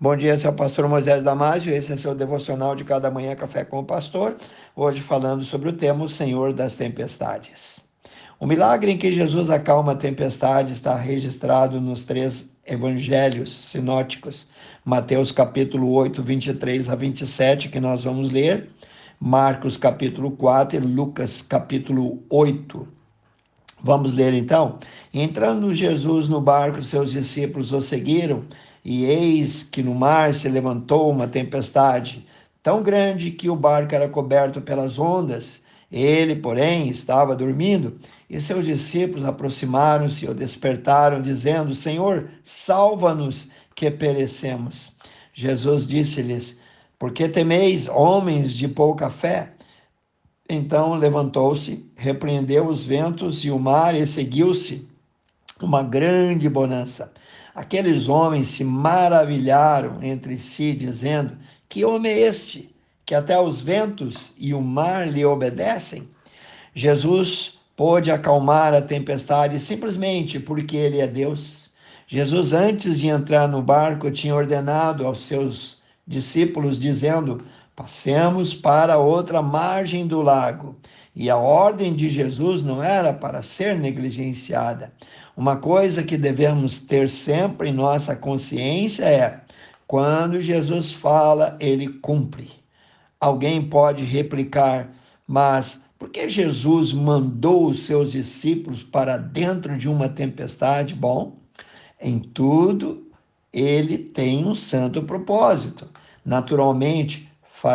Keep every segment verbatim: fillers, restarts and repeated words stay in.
Bom dia, esse é o pastor Moisés Damásio, esse é seu devocional de cada manhã, Café com o Pastor, hoje falando sobre o tema O Senhor das Tempestades. O milagre em que Jesus acalma a tempestade está registrado nos três evangelhos sinóticos, Mateus capítulo oito, vinte e três a vinte e sete, que nós vamos ler, Marcos capítulo quatro e Lucas capítulo oito. Vamos ler então? Entrando Jesus no barco, seus discípulos o seguiram, e eis que no mar se levantou uma tempestade tão grande que o barco era coberto pelas ondas. Ele, porém, estava dormindo, e seus discípulos aproximaram-se e o despertaram, dizendo: Senhor, salva-nos, que perecemos. Jesus disse-lhes: Por que temeis, homens de pouca fé? Então levantou-se, repreendeu os ventos e o mar, e seguiu-se uma grande bonança. Aqueles homens se maravilharam entre si, dizendo: Que homem é este, que até os ventos e o mar lhe obedecem? Jesus pôde acalmar a tempestade simplesmente porque ele é Deus. Jesus, antes de entrar no barco, tinha ordenado aos seus discípulos, dizendo: Passemos para outra margem do lago. E a ordem de Jesus não era para ser negligenciada. Uma coisa que devemos ter sempre em nossa consciência é: quando Jesus fala, ele cumpre. Alguém pode replicar, mas por que Jesus mandou os seus discípulos para dentro de uma tempestade? Bom, em tudo ele tem um santo propósito. Naturalmente,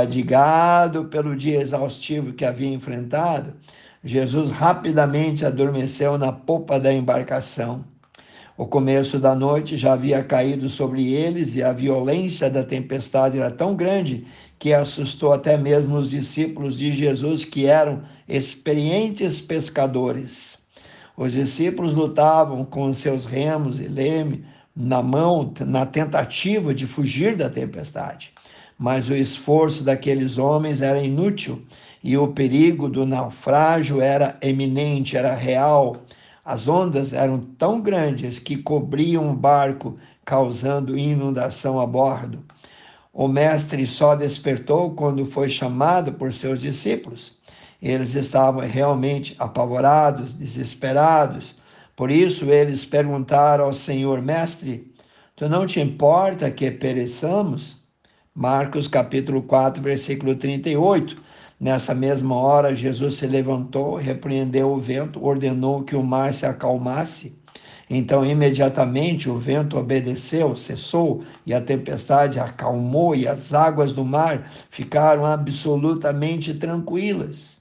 fadigado pelo dia exaustivo que havia enfrentado, Jesus rapidamente adormeceu na popa da embarcação. O começo da noite já havia caído sobre eles e a violência da tempestade era tão grande que assustou até mesmo os discípulos de Jesus, que eram experientes pescadores. Os discípulos lutavam com seus remos e leme na mão, na tentativa de fugir da tempestade. Mas o esforço daqueles homens era inútil e o perigo do naufrágio era eminente, era real. As ondas eram tão grandes que cobriam o barco, causando inundação a bordo. O mestre só despertou quando foi chamado por seus discípulos. Eles estavam realmente apavorados, desesperados. Por isso eles perguntaram ao Senhor: Mestre, tu não te importa que pereçamos? Marcos capítulo quatro, versículo trinta e oito. Nesta mesma hora, Jesus se levantou, repreendeu o vento, ordenou que o mar se acalmasse. Então, imediatamente, o vento obedeceu, cessou, e a tempestade acalmou, e as águas do mar ficaram absolutamente tranquilas.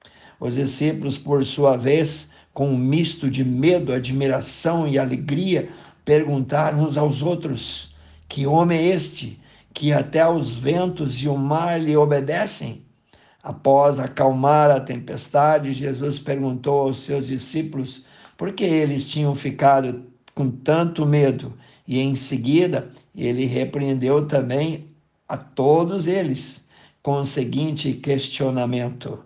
Os discípulos, por sua vez, com um misto de medo, admiração e alegria, perguntaram uns aos outros: Que homem é este, que até os ventos e o mar lhe obedecem? Após acalmar a tempestade, Jesus perguntou aos seus discípulos por que eles tinham ficado com tanto medo, e em seguida ele repreendeu também a todos eles com o seguinte questionamento: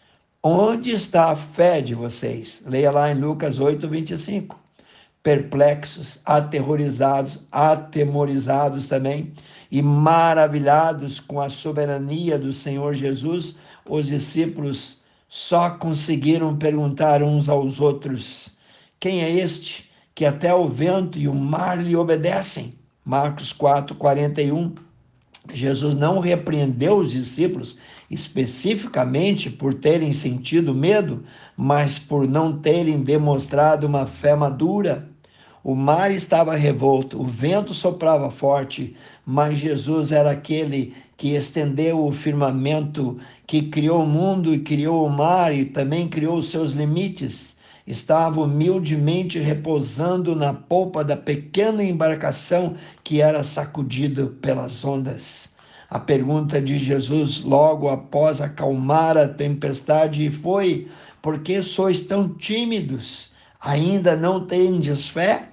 Onde está a fé de vocês? Leia lá em Lucas oito, vinte e cinco. Perplexos, aterrorizados, atemorizados também, e maravilhados com a soberania do Senhor Jesus, os discípulos só conseguiram perguntar uns aos outros: Quem é este que até o vento e o mar lhe obedecem? Marcos quatro, quarenta e um. Jesus não repreendeu os discípulos especificamente por terem sentido medo, mas por não terem demonstrado uma fé madura. O mar estava revolto, o vento soprava forte, mas Jesus era aquele que estendeu o firmamento, que criou o mundo e criou o mar e também criou os seus limites. Estava humildemente repousando na polpa da pequena embarcação que era sacudida pelas ondas. A pergunta de Jesus logo após acalmar a tempestade foi: Por que sois tão tímidos? Ainda não tendes fé?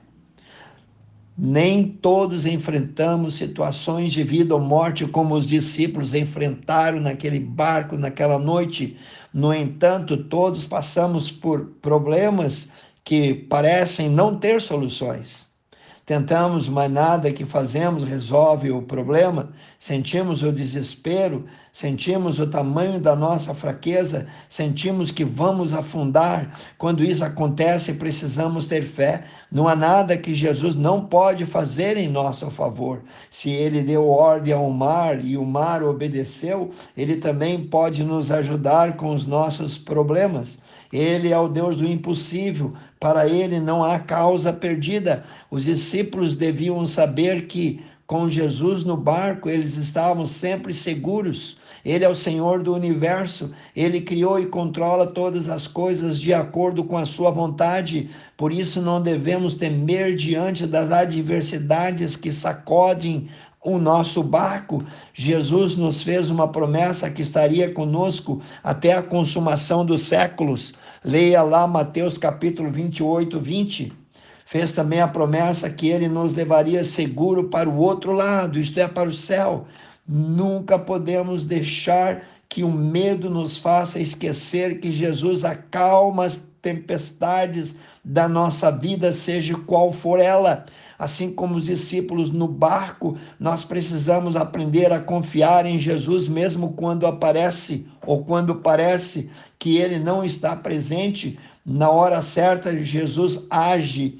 Nem todos enfrentamos situações de vida ou morte como os discípulos enfrentaram naquele barco, naquela noite. No entanto, todos passamos por problemas que parecem não ter soluções. tentamos, mas nada que fazemos resolve o problema, sentimos o desespero, sentimos o tamanho da nossa fraqueza, sentimos que vamos afundar. Quando isso acontece, precisamos ter fé. Não há nada que Jesus não pode fazer em nosso favor. Se ele deu ordem ao mar e o mar obedeceu, ele também pode nos ajudar com os nossos problemas. Ele é o Deus do impossível, para ele não há causa perdida. Os discípulos deviam saber que com Jesus no barco eles estavam sempre seguros. Ele é o Senhor do universo, ele criou e controla todas as coisas de acordo com a sua vontade. Por isso não devemos temer diante das adversidades que sacodem o nosso barco. Jesus nos fez uma promessa que estaria conosco até a consumação dos séculos. Leia lá Mateus capítulo vinte e oito, vinte. Fez também a promessa que ele nos levaria seguro para o outro lado, isto é, para o céu. Nunca podemos deixar que o medo nos faça esquecer que Jesus acalma as tempestades da nossa vida, seja qual for ela. Assim como os discípulos no barco, nós precisamos aprender a confiar em Jesus, mesmo quando aparece ou quando parece que ele não está presente. Na hora certa, Jesus age.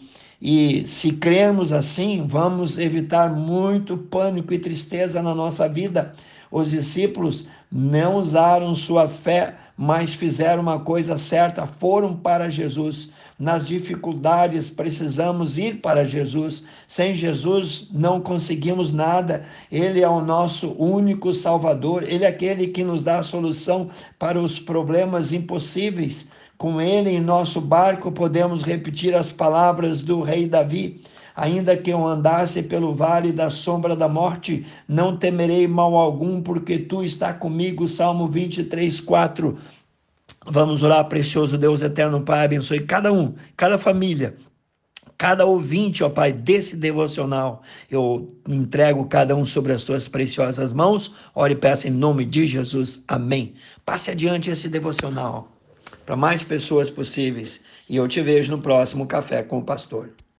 E se cremos assim, vamos evitar muito pânico e tristeza na nossa vida. Os discípulos não usaram sua fé, mas fizeram uma coisa certa, foram para Jesus. Nas dificuldades, precisamos ir para Jesus. Sem Jesus, não conseguimos nada. Ele é o nosso único Salvador. Ele é aquele que nos dá a solução para os problemas impossíveis. Com ele em nosso barco, podemos repetir as palavras do rei Davi. Ainda que eu andasse pelo vale da sombra da morte, não temerei mal algum, porque tu está comigo. Salmo vinte e três, quatro. Vamos orar, precioso Deus eterno Pai, abençoe cada um, cada família, cada ouvinte, ó Pai, desse devocional. Eu entrego cada um sobre as tuas preciosas mãos. Ore e peça em nome de Jesus. Amém. Passe adiante esse devocional para mais pessoas possíveis. E eu te vejo no próximo Café com o Pastor.